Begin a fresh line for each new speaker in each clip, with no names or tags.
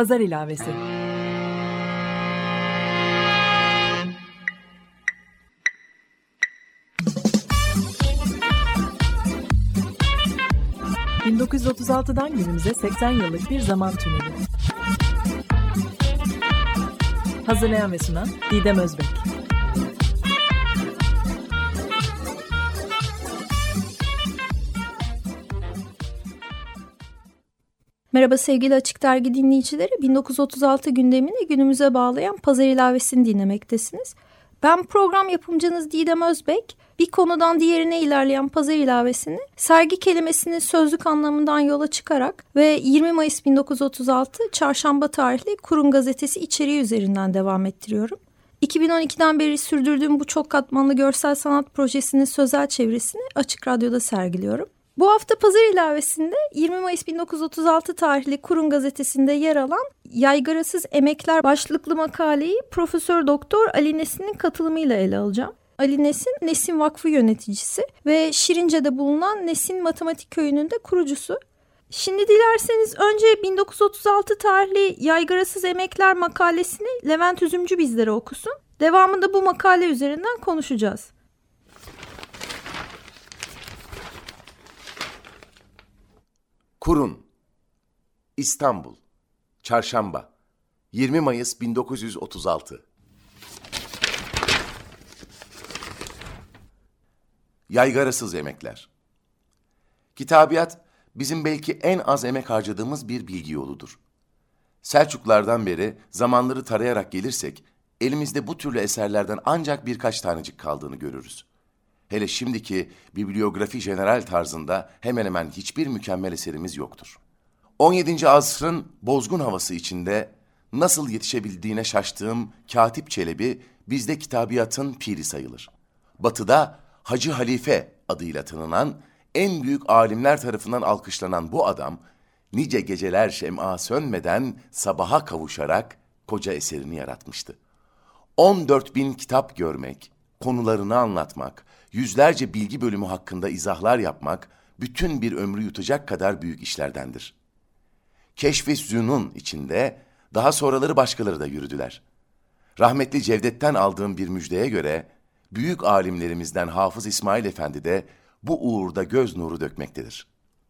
Pazar ilavesi. ...1936'dan günümüze 80 yıllık bir zaman tüneli. Hazırlayan ve sunan Didem Özbek.
Merhaba sevgili Açık Dergi dinleyicileri. 1936 gündemini günümüze bağlayan Pazar ilavesini dinlemektesiniz. Ben program yapımcınız Didem Özbek. Bir konudan diğerine ilerleyen Pazar ilavesini sergi kelimesinin sözlük anlamından yola çıkarak ve 20 Mayıs 1936 Çarşamba tarihli Kurum Gazetesi içeriği üzerinden devam ettiriyorum. 2012'den beri sürdürdüğüm bu çok katmanlı görsel sanat projesinin sözel çevirisini Açık Radyo'da sergiliyorum. Bu hafta Pazar ilavesinde 20 Mayıs 1936 tarihli Kurum Gazetesi'nde yer alan Yaygarasız Emekler başlıklı makaleyi Profesör Doktor Ali Nesin'in katılımıyla ele alacağım. Ali Nesin, Nesin Vakfı yöneticisi ve Şirince'de bulunan Nesin Matematik Köyü'nün de kurucusu. Şimdi dilerseniz önce 1936 tarihli Yaygarasız Emekler makalesini Levent Üzümcü bizlere okusun. Devamında bu makale üzerinden konuşacağız.
Kurun, İstanbul, Çarşamba, 20 Mayıs 1936. Yaygarasız emekler. Kitabiyat, bizim belki en az emek harcadığımız bir bilgi yoludur. Selçuklardan beri zamanları tarayarak gelirsek, elimizde bu türlü eserlerden ancak birkaç tanecik kaldığını görürüz. Hele şimdiki bibliografi jeneral tarzında hemen hemen hiçbir mükemmel eserimiz yoktur. 17. asrın bozgun havası içinde nasıl yetişebildiğine şaştığım Katip Çelebi bizde kitabiyatın piri sayılır. Batı'da Hacı Halife adıyla tanınan, en büyük alimler tarafından alkışlanan bu adam, nice geceler şem'a sönmeden sabaha kavuşarak koca eserini yaratmıştı. 14.000 kitap görmek, konularını anlatmak, yüzlerce bilgi bölümü hakkında izahlar yapmak, bütün bir ömrü yutacak kadar büyük işlerdendir. Keşf-i Zünun içinde daha sonraları başkaları da yürüdüler. Rahmetli Cevdet'ten aldığım bir müjdeye göre, büyük alimlerimizden Hafız İsmail Efendi de bu uğurda göz nuru dökmektedir.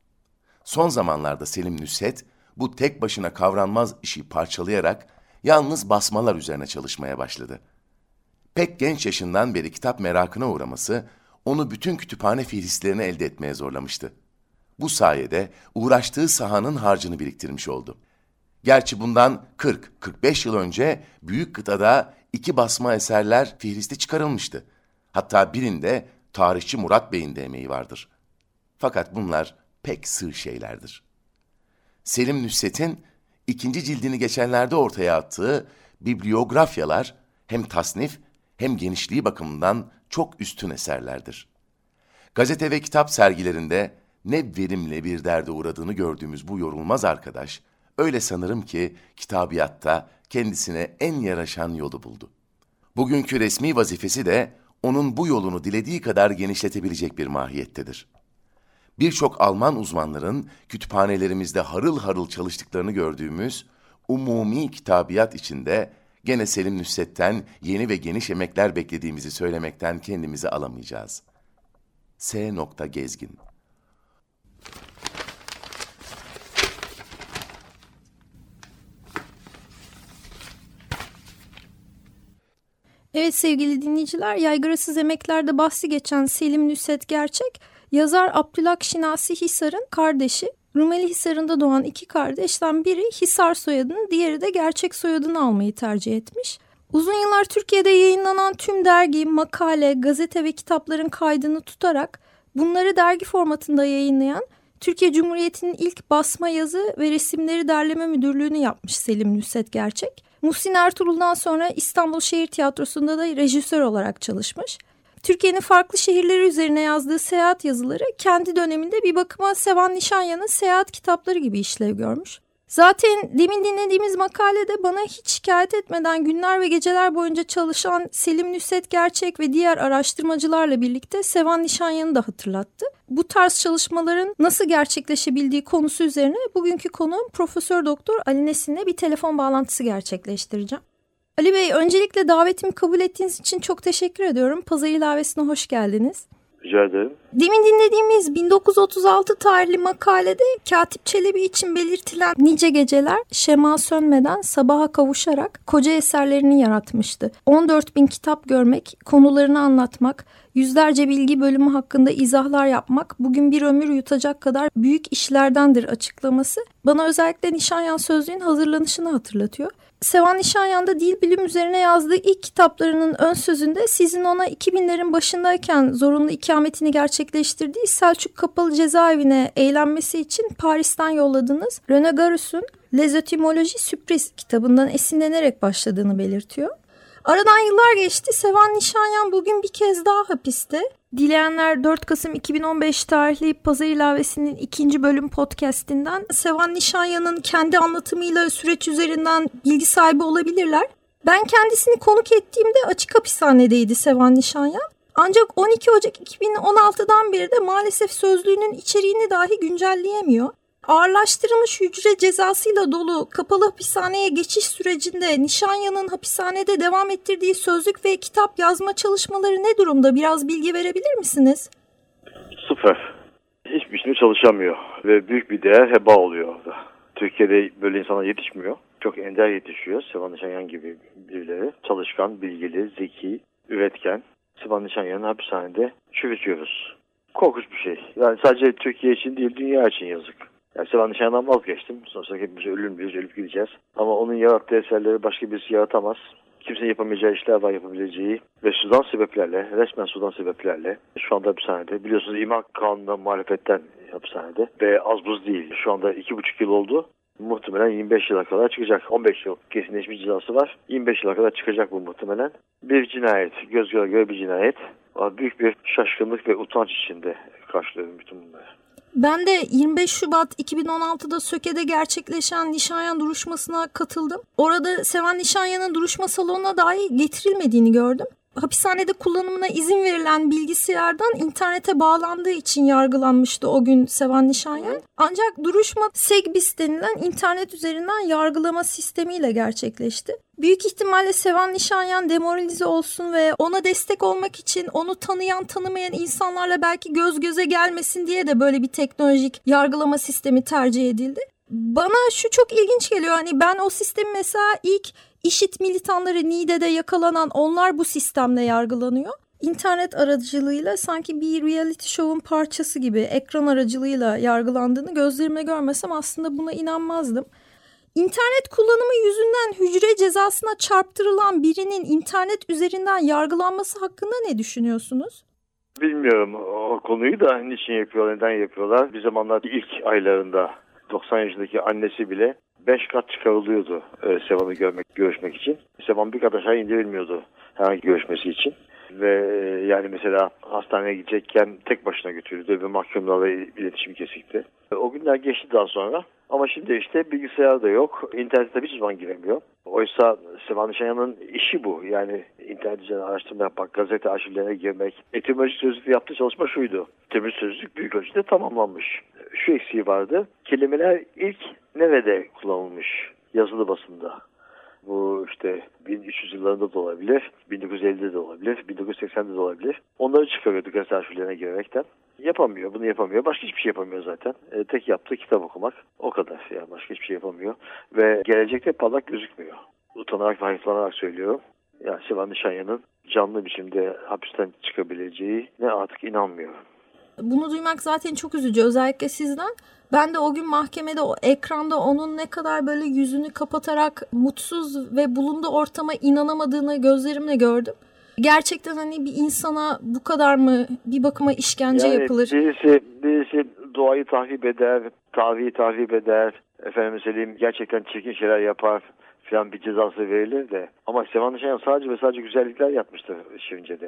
Son zamanlarda Selim Nusret, bu tek başına kavranmaz işi parçalayarak yalnız basmalar üzerine çalışmaya başladı. Pek genç yaşından beri kitap merakına uğraması, onu bütün kütüphane fihristlerini elde etmeye zorlamıştı. Bu sayede uğraştığı sahanın harcını biriktirmiş oldu. Gerçi bundan 40-45 yıl önce büyük kıtada 2 basma eserler fihristi çıkarılmıştı. Hatta birinde tarihçi Murat Bey'in de emeği vardır. Fakat bunlar pek sığ şeylerdir. Selim Nusret'in 2. cildini geçenlerde ortaya attığı bibliografyalar hem tasnif hem genişliği bakımından çok üstün eserlerdir. Gazete ve kitap sergilerinde ne verimli bir derde uğradığını gördüğümüz bu yorulmaz arkadaş, öyle sanırım ki kitabiyatta kendisine en yaraşan yolu buldu. Bugünkü resmi vazifesi de onun bu yolunu dilediği kadar genişletebilecek bir mahiyettedir. Birçok Alman uzmanların kütüphanelerimizde harıl harıl çalıştıklarını gördüğümüz umumi kitabiyat içinde gene Selim Nusret'ten yeni ve geniş emekler beklediğimizi söylemekten kendimizi alamayacağız. S. Gezgin.
Evet sevgili dinleyiciler, Yaygarasız Emekler'de bahsi geçen Selim Nusret Gerçek, yazar Abdülhak Şinasi Hisar'ın kardeşi. Rumeli Hisarı'nda doğan 2 kardeşten biri Hisar soyadını, diğeri de gerçek soyadını almayı tercih etmiş. Uzun yıllar Türkiye'de yayınlanan tüm dergi, makale, gazete ve kitapların kaydını tutarak bunları dergi formatında yayınlayan Türkiye Cumhuriyeti'nin ilk basma yazı ve resimleri derleme müdürlüğünü yapmış Selim Nusret Gerçek. Muhsin Ertuğrul'dan sonra İstanbul Şehir Tiyatrosu'nda da rejisör olarak çalışmış. Türkiye'nin farklı şehirleri üzerine yazdığı seyahat yazıları kendi döneminde bir bakıma Sevan Nişanyan'ın seyahat kitapları gibi işlev görmüş. Zaten demin dinlediğimiz makalede bana hiç şikayet etmeden günler ve geceler boyunca çalışan Selim Nusret Gerçek ve diğer araştırmacılarla birlikte Sevan Nişanyan'ı da hatırlattı. Bu tarz çalışmaların nasıl gerçekleşebildiği konusu üzerine bugünkü konuğum Profesör Doktor Ali Nesin'le bir telefon bağlantısı gerçekleştireceğim. Ali Bey, öncelikle davetimi kabul ettiğiniz için çok teşekkür ediyorum. Pazar ilavesine hoş geldiniz.
Rica ederim.
Demin dinlediğimiz 1936 tarihli makalede Katip Çelebi için belirtilen nice geceler şema sönmeden sabaha kavuşarak koca eserlerini yaratmıştı. 14.000 kitap görmek, konularını anlatmak, yüzlerce bilgi bölümü hakkında izahlar yapmak bugün bir ömür yutacak kadar büyük işlerdendir açıklaması bana özellikle Nişanyan Sözlüğü'nün hazırlanışını hatırlatıyor. Sevan Nişanyan'da dil bilim üzerine yazdığı ilk kitaplarının ön sözünde sizin ona 2000'lerin başındayken zorunlu ikametini gerçekleştirdiği Selçuk Kapalı Cezaevine eğlenmesi için Paris'ten yolladığınız René Garus'un Les Etymologies Surprises kitabından esinlenerek başladığını belirtiyor. Aradan yıllar geçti. Sevan Nişanyan bugün bir kez daha hapiste. Dileyenler 4 Kasım 2015 tarihli Pazar İlavesi'nin 2. bölüm podcastinden Sevan Nişanyan'ın kendi anlatımıyla süreç üzerinden bilgi sahibi olabilirler. Ben kendisini konuk ettiğimde açık hapishanedeydi Sevan Nişanyan. Ancak 12 Ocak 2016'dan beri de maalesef sözlüğünün içeriğini dahi güncelleyemiyor. Ağırlaştırılmış hücre cezasıyla dolu kapalı hapishaneye geçiş sürecinde Nişanyan'ın hapishanede devam ettirdiği sözlük ve kitap yazma çalışmaları ne durumda? Biraz bilgi verebilir misiniz?
Sıfır. Hiçbir şey çalışamıyor ve büyük bir değer heba oluyor orada. Türkiye'de böyle insanlar yetişmiyor. Çok ender yetişiyor. Sevan Nişanyan gibi birileri. Çalışkan, bilgili, zeki, üretken. Sevan Nişanyan'ı hapishanede çürütüyoruz. Korkunç bir şey. Yani sadece Türkiye için değil, dünya için yazık. Yani Sevan Nişanyan'dan vazgeçtim. Sonuçta hepimiz ölümlüyüz, ölüp gideceğiz. Ama onun yarattığı eserleri başka birisi yaratamaz. Kimsenin yapamayacağı işler var yapabileceği. Ve sudan sebeplerle, resmen sudan sebeplerle şu anda hapishanede. Biliyorsunuz İmar Kanunu'ndan muhalefetten hapishanede. Ve az buz değil. Şu anda 2,5 yıl oldu. Muhtemelen 25 yıla kadar çıkacak. 15 yıl kesinleşmiş cezası var. 25 yıla kadar çıkacak bu muhtemelen. Bir cinayet, göz göre göre bir cinayet. Büyük bir şaşkınlık ve utanç içinde karşılıyorum bütün bunları.
Ben de 25 Şubat 2016'da Söke'de gerçekleşen Nişanyan duruşmasına katıldım. Orada Sevan Nişanyan'ın duruşma salonuna dahi getirilmediğini gördüm. Hapishanede kullanımına izin verilen bilgisayardan internete bağlandığı için yargılanmıştı o gün Sevan Nişanyan. Ancak duruşma Segbis denilen internet üzerinden yargılama sistemiyle gerçekleşti. Büyük ihtimalle Sevan Nişanyan demoralize olsun ve ona destek olmak için onu tanıyan tanımayan insanlarla belki göz göze gelmesin diye de böyle bir teknolojik yargılama sistemi tercih edildi. Bana şu çok ilginç geliyor. Hani ben o sistemi mesela ilk IŞİD militanları Niğde'de yakalanan onlar bu sistemle yargılanıyor. İnternet aracılığıyla sanki bir reality show'un parçası gibi ekran aracılığıyla yargılandığını gözlerimle görmesem aslında buna inanmazdım. İnternet kullanımı yüzünden hücre cezasına çarptırılan birinin internet üzerinden yargılanması hakkında ne düşünüyorsunuz?
Bilmiyorum o konuyu da niçin yapıyorlar, neden yapıyorlar. Bir zamanlar ilk aylarında 90 yaşındaki annesi bile 5 kat çıkarılıyordu Sevan'ı görüşmek için. Sevan bir kat aşağı indirilmiyordu herhangi görüşmesi için. Ve yani mesela hastaneye gidecekken tek başına götürüldü ve mahkumlarla iletişim kesikti. O günler geçti daha sonra. Ama şimdi işte bilgisayar da yok. İnternette hiçbir zaman giremiyor. Oysa Sevan Nişanyan'ın işi bu. Yani internet üzerine araştırma yapmak, gazete arşivlerine girmek. Etymoloji sözlükte yaptığı çalışma şuydu. Etymoloji sözlük büyük ölçüde tamamlanmış. Şu eksiği vardı. Kelimeler ilk nerede kullanılmış? Yazılı basında. Bu işte 1300 yıllarında da olabilir, 1950'de de olabilir, 1980'de de olabilir. Onları çıkarıyordu gazete arşivlerine girerekten. Yapamıyor, bunu yapamıyor. Başka hiçbir şey yapamıyor zaten. Tek yaptığı kitap okumak. O kadar. Yani başka hiçbir şey yapamıyor. Ve gelecekte parlak gözükmüyor. Utanarak ve hayıflanarak söylüyorum. Yani Sevan Nişanyan'ın canlı biçimde hapisten çıkabileceğine artık inanmıyorum.
Bunu duymak zaten çok üzücü. Özellikle sizden. Ben de o gün mahkemede o ekranda onun ne kadar böyle yüzünü kapatarak mutsuz ve bulunduğu ortama inanamadığını gözlerimle gördüm. Gerçekten hani bir insana bu kadar mı bir bakıma işkence yapılır?
Birisi doğayı tahrip eder, tarihi tahrip eder, efendim söyleyeyim gerçekten çirkin şeyler yapar falan bir cezası verilir de. Ama Sevan Nişanyan sadece ve sadece güzellikler yapmıştır Şirince'de.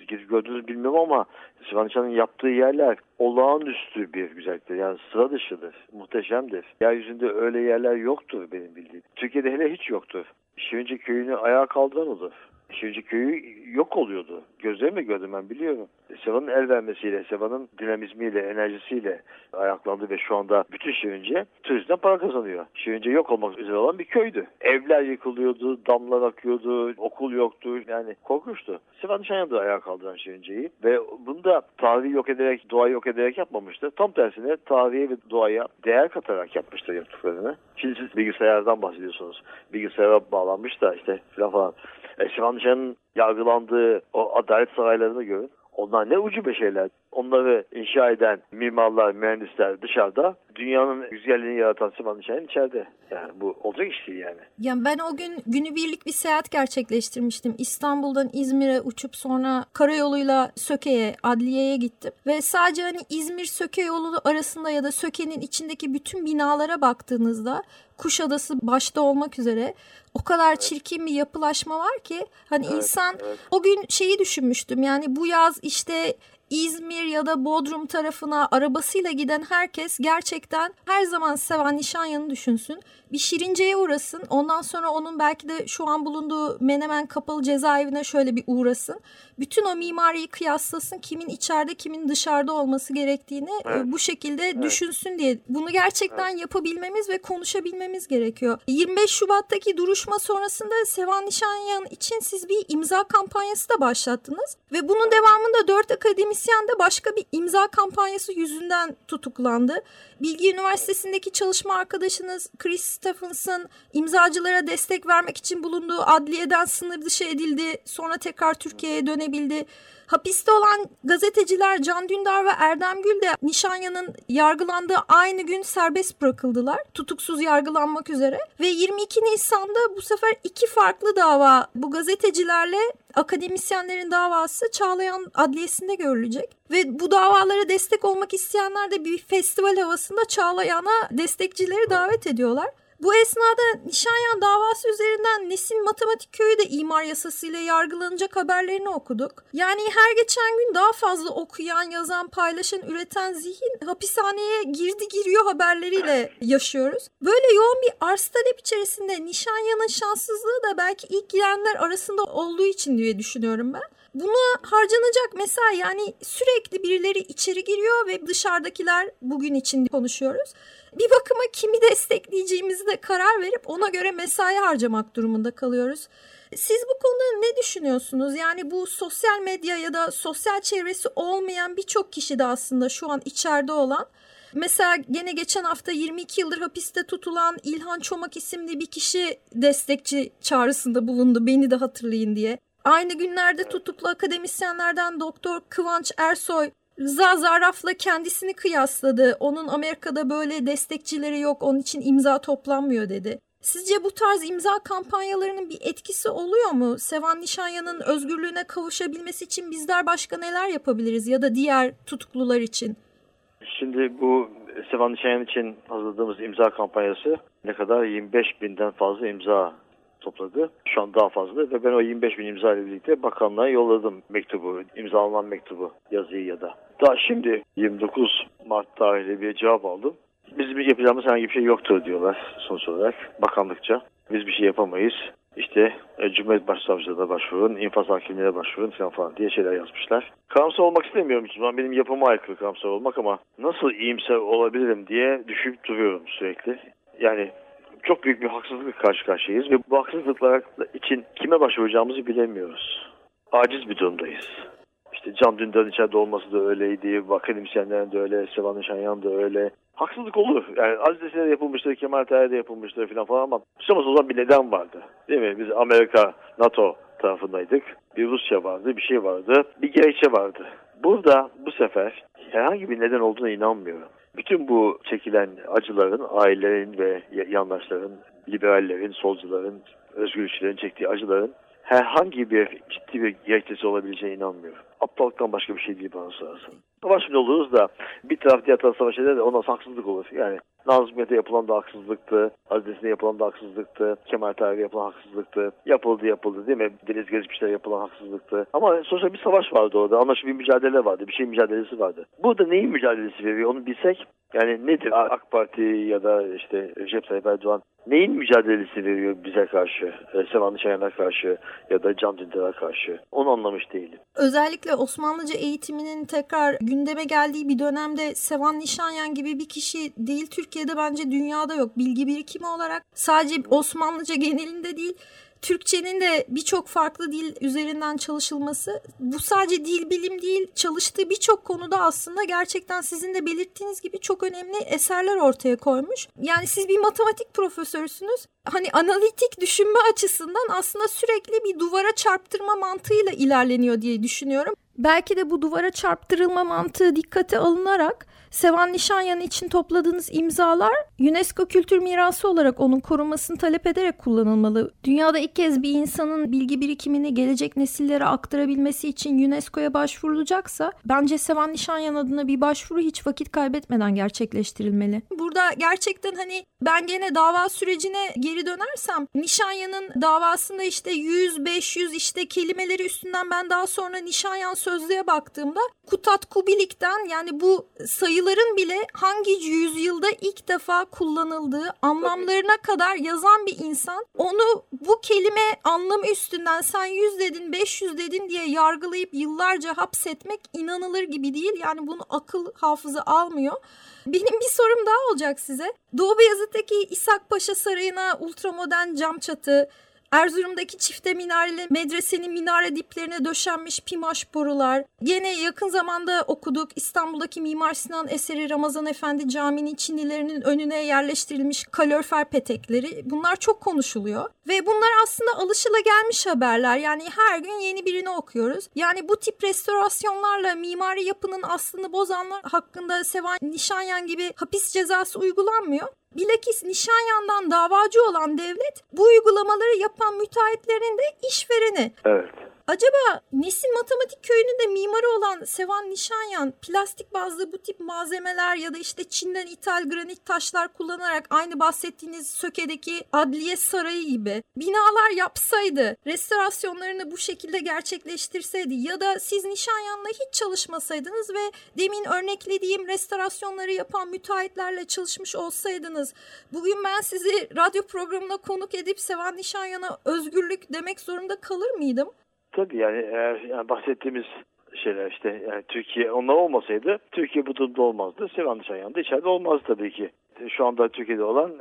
gidip gördünüz bilmiyorum ama Sevan Nişan'ın yaptığı yerler olağanüstü bir güzelliktir. Yani sıra dışıdır, muhteşemdir. Yeryüzünde öyle yerler yoktur benim bildiğim. Türkiye'de hele hiç yoktur. Şirince köyünü ayağa kaldıran odur. Şirince köyü yok oluyordu. Gözlerimle gördüm, ben biliyorum. Sevan'ın el vermesiyle, Sevan'ın dinamizmiyle, enerjisiyle ayaklandı ve şu anda bütün Şirince turizmden para kazanıyor. Şirince yok olmak üzere olan bir köydü. Evler yıkılıyordu, damlar akıyordu, okul yoktu. Yani korkunçtu. Sevan Nişanyan da ayağa kaldıran Şirince'yi ve bunu da tarihi yok ederek, doğayı yok ederek yapmamıştı. Tam tersine tarihe ve doğaya değer katarak yapmıştı yaptıklarını. Şimdi siz bilgisayardan bahsediyorsunuz. Bilgisayara bağlanmış da işte falan. Sevan Nişan'ın yargılandığı o adalet saraylarını görün. Onlar ne ucube şeyler. Onları inşa eden mimarlar, mühendisler dışarıda, dünyanın güzelliğini yaratan Sevan Nişanyan içeride. Yani bu olacak iş değil yani.
Yani ben o gün günübirlik bir seyahat gerçekleştirmiştim. İstanbul'dan İzmir'e uçup sonra karayoluyla Söke'ye, adliyeye gittim. Ve sadece hani İzmir-Söke yolu arasında ya da Söke'nin içindeki bütün binalara baktığınızda, Kuşadası başta olmak üzere o kadar çirkin bir yapılaşma var ki hani insan o gün şeyi düşünmüştüm. Yani bu yaz işte İzmir ya da Bodrum tarafına arabasıyla giden herkes gerçekten her zaman Sevan Nişanyan'ı düşünsün. Bir Şirince'ye uğrasın. Ondan sonra onun belki de şu an bulunduğu Menemen Kapalı Cezaevine şöyle bir uğrasın. Bütün o mimariyi kıyaslasın. Kimin içeride kimin dışarıda olması gerektiğini bu şekilde düşünsün diye. Bunu gerçekten yapabilmemiz ve konuşabilmemiz gerekiyor. 25 Şubat'taki duruşma sonrasında Sevan Nişanyan için siz bir imza kampanyası da başlattınız. Ve bunun devamında 4 akademisyen de başka bir imza kampanyası yüzünden tutuklandı. Bilgi Üniversitesi'ndeki çalışma arkadaşınız Chris Stephenson imzacılara destek vermek için bulunduğu adliyeden sınır dışı edildi. Sonra tekrar Türkiye'ye dönebildi. Hapiste olan gazeteciler Can Dündar ve Erdem Gül de Nişanyan'ın yargılandığı aynı gün serbest bırakıldılar. Tutuksuz yargılanmak üzere. Ve 22 Nisan'da bu sefer 2 farklı dava, bu gazetecilerle akademisyenlerin davası Çağlayan Adliyesi'nde görülecek. Ve bu davalara destek olmak isteyenler de bir festival havasında Çağlayan'a destekçileri davet ediyorlar. Bu esnada Nişanyan davası üzerinden Nesin Matematik Köyü de imar yasasıyla yargılanacak haberlerini okuduk. Yani her geçen gün daha fazla okuyan, yazan, paylaşan, üreten zihin hapishaneye giriyor haberleriyle yaşıyoruz. Böyle yoğun bir arz talep içerisinde Nişanyan'ın şanssızlığı da belki ilk girenler arasında olduğu için diye düşünüyorum ben. Buna harcanacak mesai, yani sürekli birileri içeri giriyor ve dışarıdakiler bugün için konuşuyoruz. Bir bakıma kimi destekleyeceğimizi de karar verip ona göre mesai harcamak durumunda kalıyoruz. Siz bu konuda ne düşünüyorsunuz? Yani bu sosyal medya ya da sosyal çevresi olmayan birçok kişi de aslında şu an içeride olan. Mesela gene geçen hafta 22 yıldır hapiste tutulan İlhan Çomak isimli bir kişi destekçi çağrısında bulundu, beni de hatırlayın diye. Aynı günlerde tutuklu akademisyenlerden Doktor Kıvanç Ersoy, Rıza Zarraf'la kendisini kıyasladı. Onun Amerika'da böyle destekçileri yok, onun için imza toplanmıyor dedi. Sizce bu tarz imza kampanyalarının bir etkisi oluyor mu? Sevan Nişanyan'ın özgürlüğüne kavuşabilmesi için bizler başka neler yapabiliriz ya da diğer tutuklular için?
Şimdi bu Sevan Nişanyan için hazırladığımız imza kampanyası ne kadar? 25.000'den fazla imza topladı. Şu an daha fazla ve ben o 25.000 imza ile birlikte bakanlığa yolladım mektubu, imzalanan mektubu, yazıyı ya da. Daha şimdi 29 Mart tarihli bir cevap aldım. Bizim yapacağımız herhangi bir şey yoktur diyorlar sonuç olarak bakanlıkça. Biz bir şey yapamayız. İşte Cumhuriyet Başsavcılığına başvurun, infaz hakimliğine başvurun falan diye şeyler yazmışlar. Karamsar olmak istemiyorum hiç zaman. Benim yapıma aykırı karamsar olmak ama nasıl iyimser olabilirim diye düşünüp duruyorum sürekli. Yani çok büyük bir haksızlıkla karşı karşıyayız ve bu haksızlıklar için kime başvuracağımızı bilemiyoruz. Aciz bir durumdayız. İşte Can Dündar'ın içeride olması da öyleydi, akademisyenlerin de öyle, Sevan Nişanyan da öyle. Haksızlık olur. Yani Aziz Nesin'e de yapılmıştır, Kemal Tahir'e de yapılmıştır falan ama o zaman bir neden vardı. Değil mi? Biz Amerika, NATO tarafındaydık. Bir Rusya vardı, bir şey vardı, bir gerekçe vardı. Burada bu sefer herhangi bir neden olduğuna inanmıyorum. Bütün bu çekilen acıların, ailelerin ve yandaşların, liberallerin, solcuların, özgürlükçülerin çektiği acıların herhangi bir ciddi bir gerekçesi olabileceğine inanmıyorum. Aptallıktan başka bir şey değil bana sorarsan. Savaş bile oluruz da bir taraf diğer taraf savaş eder de ondan haksızlık olur. Yani Nazım Hikmet'e yapılan da haksızlıktı. Aziz Nesin'e yapılan da haksızlıktı. Kemal Tahir'e yapılan haksızlıktı. Yapıldı değil mi? Deniz Gezmişler'e yapılan haksızlıktı. Ama sonuçta bir savaş vardı orada. Anlaşılan bir mücadele vardı. Bir şeyin mücadelesi vardı. Burada neyin mücadelesi veriyor onu bilsek. Yani nedir AK Parti ya da işte Recep Tayyip Erdoğan neyin mücadelesi veriyor bize karşı, Sevan Nişanyan'a karşı ya da Can Dündar'a karşı? Onu anlamış değilim.
Özellikle Osmanlıca eğitiminin tekrar gündeme geldiği bir dönemde Sevan Nişanyan gibi bir kişi değil, Türkiye'de bence dünyada yok. Bilgi birikimi olarak sadece Osmanlıca genelinde değil, Türkçenin de birçok farklı dil üzerinden çalışılması, bu sadece dil bilim değil, çalıştığı birçok konuda aslında gerçekten sizin de belirttiğiniz gibi çok önemli eserler ortaya koymuş. Yani siz bir matematik profesörüsünüz. Hani analitik düşünme açısından aslında sürekli bir duvara çarptırma mantığıyla ilerleniyor diye düşünüyorum. Belki de bu duvara çarptırılma mantığı dikkate alınarak Sevan Nişanyan için topladığınız imzalar UNESCO Kültür Mirası olarak onun korunmasını talep ederek kullanılmalı. Dünyada ilk kez bir insanın bilgi birikimini gelecek nesillere aktarabilmesi için UNESCO'ya başvurulacaksa bence Sevan Nişanyan adına bir başvuru hiç vakit kaybetmeden gerçekleştirilmeli. Burada gerçekten hani ben gene dava sürecine geri dönersem Nişanyan'ın davasında işte 100-500 işte kelimeleri üstünden ben daha sonra Nişanyan sözlüğe baktığımda Kutat Kubilik'ten yani bu sayıların bile hangi yüzyılda ilk defa kullanıldığı anlamlarına kadar yazan bir insan, onu bu kelime anlamı üstünden sen 100 dedin 500 dedin diye yargılayıp yıllarca hapsetmek inanılır gibi değil. Yani bunu akıl hafıza almıyor. Benim bir sorum daha olacak size. Doğu Beyazıt'taki İshak Paşa Sarayı'na ultramodern cam çatı, Erzurum'daki çifte minareli medresenin minare diplerine döşenmiş pimaş borular. Yine yakın zamanda okuduk İstanbul'daki Mimar Sinan eseri Ramazan Efendi Camii'nin çinilerinin önüne yerleştirilmiş kalorifer petekleri. Bunlar çok konuşuluyor. Ve bunlar aslında alışılagelmiş haberler. Yani her gün yeni birini okuyoruz. Yani bu tip restorasyonlarla mimari yapının aslını bozanlar hakkında Sevan Nişanyan gibi hapis cezası uygulanmıyor. Bilakis Nişanyan'dan davacı olan devlet bu uygulamaları yapan müteahhitlerin de işvereni.
Evet.
Acaba Nesin Matematik Köyü'nün de mimarı olan Sevan Nişanyan plastik bazlı bu tip malzemeler ya da işte Çin'den ithal granit taşlar kullanarak aynı bahsettiğiniz Söke'deki Adliye Sarayı gibi binalar yapsaydı, restorasyonlarını bu şekilde gerçekleştirseydi ya da siz Nişanyan'la hiç çalışmasaydınız ve demin örneklediğim restorasyonları yapan müteahhitlerle çalışmış olsaydınız, bugün ben sizi radyo programına konuk edip Sevan Nişanyan'a özgürlük demek zorunda kalır mıydım?
Tabii eğer bahsettiğimiz şeyler işte yani Türkiye onlar olmasaydı Türkiye bu durumda olmazdı. Sevan Nişanyan da içeride olmazdı tabii ki. Şu anda Türkiye'de olan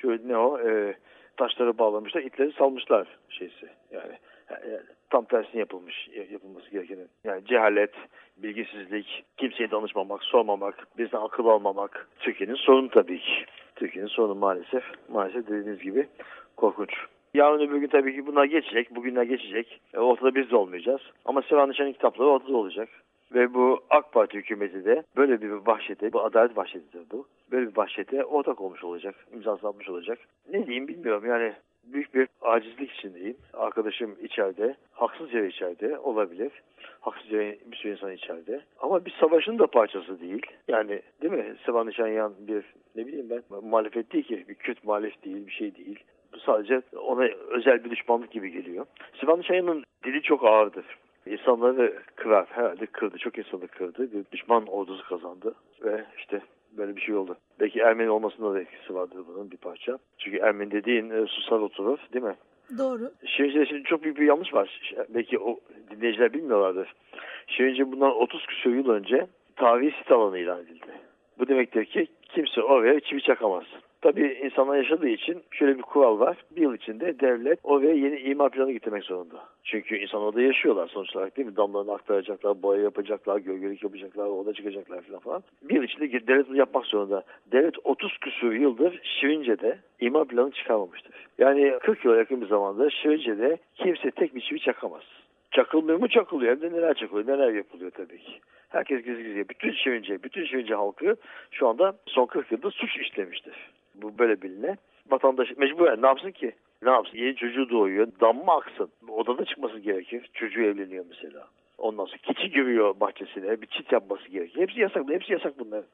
taşları bağlamışlar, ipleri salmışlar şeysi. Yani tam tersine yapılması gerekenin. Yani cehalet, bilgisizlik, kimseye danışmamak, sormamak, bizden akıl almamak Türkiye'nin sorunu tabii ki. Türkiye'nin sorunu maalesef dediğiniz gibi korkunç. Yarın öbür gün tabii ki bunlar geçecek, bugünler geçecek. Ortada biz de olmayacağız. Ama Sevan Nişanyan kitapları ortada olacak. Ve bu AK Parti hükümeti de böyle bir vahşete, bu adalet vahşetidir bu. Böyle bir vahşete ortak olmuş olacak, imzasını atmış olacak. Ne diyeyim bilmiyorum yani büyük bir acizlik içindeyim. Arkadaşım içeride, haksız yere içeride olabilir. Haksız yere bir sürü insan içeride. Ama bir savaşın da parçası değil. Yani değil mi? Sevan Nişanyan bir muhalefet değil ki. Bir Kürt muhalef değil, bir şey değil. Bu sadece ona özel bir düşmanlık gibi geliyor. Sevan Nişanyan'ın dili çok ağırdır. İnsanları kırar. Herhalde kırdı. Çok insanı kırdı. Bir düşman ordusu kazandı. Ve işte böyle bir şey oldu. Belki Ermeni olmasında da etkisi vardır bunun bir parça. Çünkü Ermeni dediğin susar oturur değil mi?
Doğru.
Şimdi çok büyük bir yanlış var. Belki o dinleyiciler bilmiyorlardır. Şimdi bundan 30 küsur yıl önce tarihi sit alanı ilan edildi. Bu demektir ki kimse oraya çivi çakamaz. Tabii insanlar yaşadığı için şöyle bir kural var. Bir yıl içinde devlet oraya yeni imar planı getirmek zorunda. Çünkü insan orada yaşıyorlar sonuç olarak değil mi? Damlarını aktaracaklar, boya yapacaklar, gölgelik yapacaklar, orada çıkacaklar falan. Bir yıl içinde devlet bunu yapmak zorunda. Devlet 30 küsur yıldır Şirince'de imar planı çıkarmamıştır. Yani 40 yıla yakın bir zamanda Şirince'de kimse tek bir çivi çakamaz. Çakılmıyor mu? Çakılıyor. Hem de neler çakılıyor, neler yapılıyor tabii ki. Herkes gizli. Bütün Şirince halkı şu anda son 40 yılda suç işlemiştir. Bu böyle biline. Vatandaş mecburen ne yapsın ki? Ne yapsın? Yeni çocuğu doğuyor. Damma aksın. Odada çıkması gerekir. Çocuğu evleniyor mesela. Ondan sonra keçi giriyor bahçesine. Bir çit yapması gerekir. Hepsi yasak bunlar.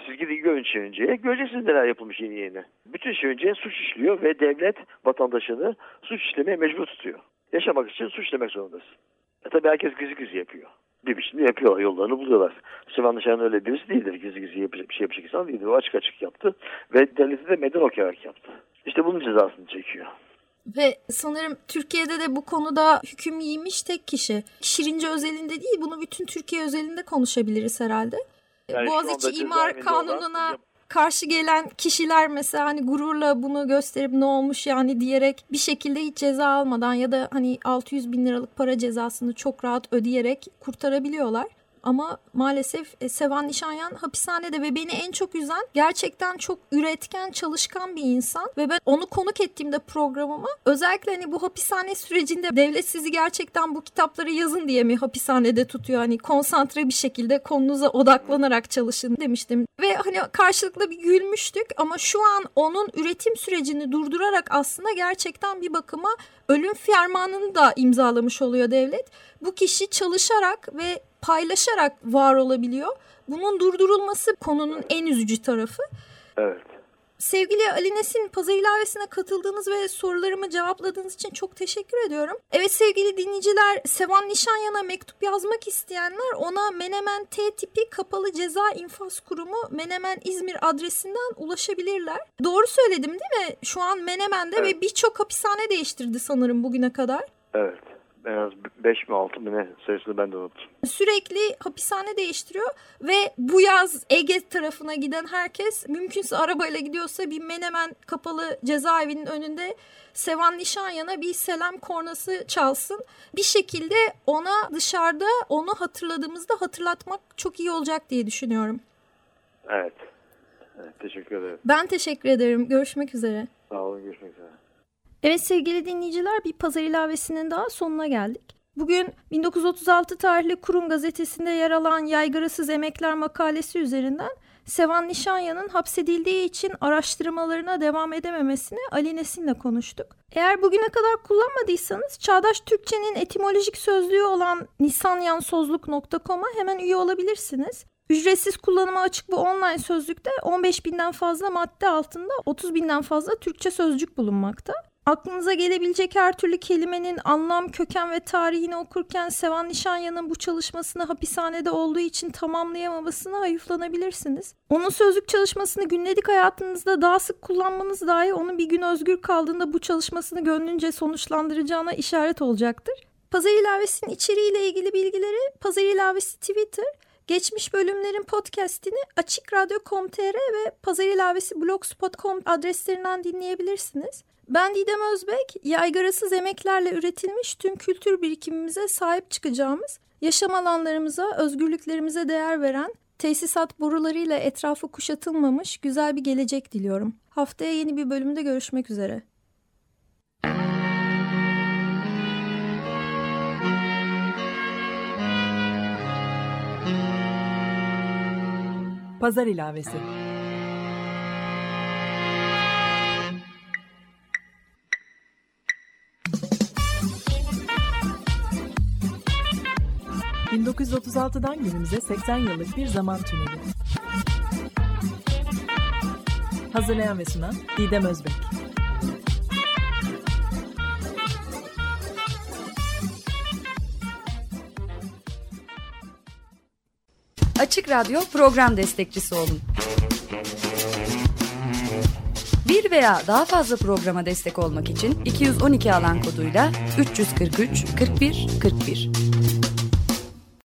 Siz gidin görün Şirince'ye. Göreceksiniz neler yapılmış yeni. Bütün Şirince suç işliyor ve devlet vatandaşını suç işlemeye mecbur tutuyor. Yaşamak için suç işlemek zorundasın. Tabii herkes gizli yapıyor. Bir biçimde yapıyorlar, yollarını buluyorlar. Sevan Nişan öyle birisi değildir. Gizli bir şey yapacak insan değildir. O açık yaptı ve devleti de meydan okuyarak yaptı. İşte bunun cezasını çekiyor.
Ve sanırım Türkiye'de de bu konuda hüküm giymiş tek kişi. Şirince özelinde değil, bunu bütün Türkiye özelinde konuşabiliriz herhalde.
Yani
Boğaziçi İmar Kanunu'na karşı gelen kişiler mesela hani gururla bunu gösterip ne olmuş yani diyerek bir şekilde hiç ceza almadan ya da hani 600 bin liralık para cezasını çok rahat ödeyerek kurtarabiliyorlar. Ama maalesef Sevan Nişanyan hapishanede ve beni en çok üzen gerçekten çok üretken, çalışkan bir insan ve ben onu konuk ettiğimde programıma özellikle hani bu hapishane sürecinde devlet sizi gerçekten bu kitapları yazın diye mi hapishanede tutuyor? Hani konsantre bir şekilde konunuza odaklanarak çalışın demiştim. Ve hani karşılıklı bir gülmüştük ama şu an onun üretim sürecini durdurarak aslında gerçekten bir bakıma ölüm fermanını da imzalamış oluyor devlet. Bu kişi çalışarak ve paylaşarak var olabiliyor. Bunun durdurulması konunun en üzücü tarafı.
Evet.
Sevgili Ali Nesin, Pazar İlavesi'ne katıldığınız ve sorularımı cevapladığınız için çok teşekkür ediyorum. Evet sevgili dinleyiciler, Sevan Nişanyan'a mektup yazmak isteyenler ona Menemen T tipi Kapalı Ceza İnfaz Kurumu Menemen İzmir adresinden ulaşabilirler. Doğru söyledim değil mi? Şu an Menemen'de evet. Ve birçok hapishane değiştirdi sanırım bugüne kadar.
Evet. En az 5 mi 6 mı ne sayısını ben de unuttum.
Sürekli hapishane değiştiriyor ve bu yaz Ege tarafına giden herkes mümkünse arabayla gidiyorsa bir Menemen Kapalı Cezaevinin önünde Sevan Nişanyan'a bir selam kornası çalsın. Bir şekilde ona dışarıda onu hatırladığımızda hatırlatmak çok iyi olacak diye düşünüyorum.
Evet. Teşekkür ederim.
Ben teşekkür ederim. Görüşmek üzere.
Sağ olun. Görüşmek üzere.
Evet sevgili dinleyiciler, bir Pazar İlavesi'nin daha sonuna geldik. Bugün 1936 tarihli Kurum gazetesinde yer alan Yaygarasız Emekler makalesi üzerinden Sevan Nişanyan'ın hapsedildiği için araştırmalarına devam edememesini Ali Nesin'le konuştuk. Eğer bugüne kadar kullanmadıysanız Çağdaş Türkçe'nin etimolojik sözlüğü olan nisanyansozluk.com'a hemen üye olabilirsiniz. Ücretsiz kullanıma açık bu online sözlükte 15.000'den fazla madde altında 30.000'den fazla Türkçe sözcük bulunmakta. Aklınıza gelebilecek her türlü kelimenin anlam, köken ve tarihini okurken Sevan Nişanyan'ın bu çalışmasını hapishanede olduğu için tamamlayamamasına hayıflanabilirsiniz. Onun sözlük çalışmasını günlük hayatınızda daha sık kullanmanız dahi onun bir gün özgür kaldığında bu çalışmasını gönlünce sonuçlandıracağına işaret olacaktır. Pazar İlavesi'nin içeriğiyle ilgili bilgileri Pazar İlavesi Twitter, geçmiş bölümlerin podcastini açikradyo.com.tr ve Pazar İlavesi blogspot.com adreslerinden dinleyebilirsiniz. Ben Didem Özbek, yaygarasız emeklerle üretilmiş tüm kültür birikimimize sahip çıkacağımız, yaşam alanlarımıza, özgürlüklerimize değer veren, tesisat borularıyla etrafı kuşatılmamış güzel bir gelecek diliyorum. Haftaya yeni bir bölümde görüşmek üzere.
Pazar İlavesi. ...1936'dan günümüze 80 yıllık bir zaman tüneli. Hazırlayan ve sunan Didem Özbek.
Açık Radyo program destekçisi olun. Bir veya daha fazla programa destek olmak için 212 alan koduyla 343 41 41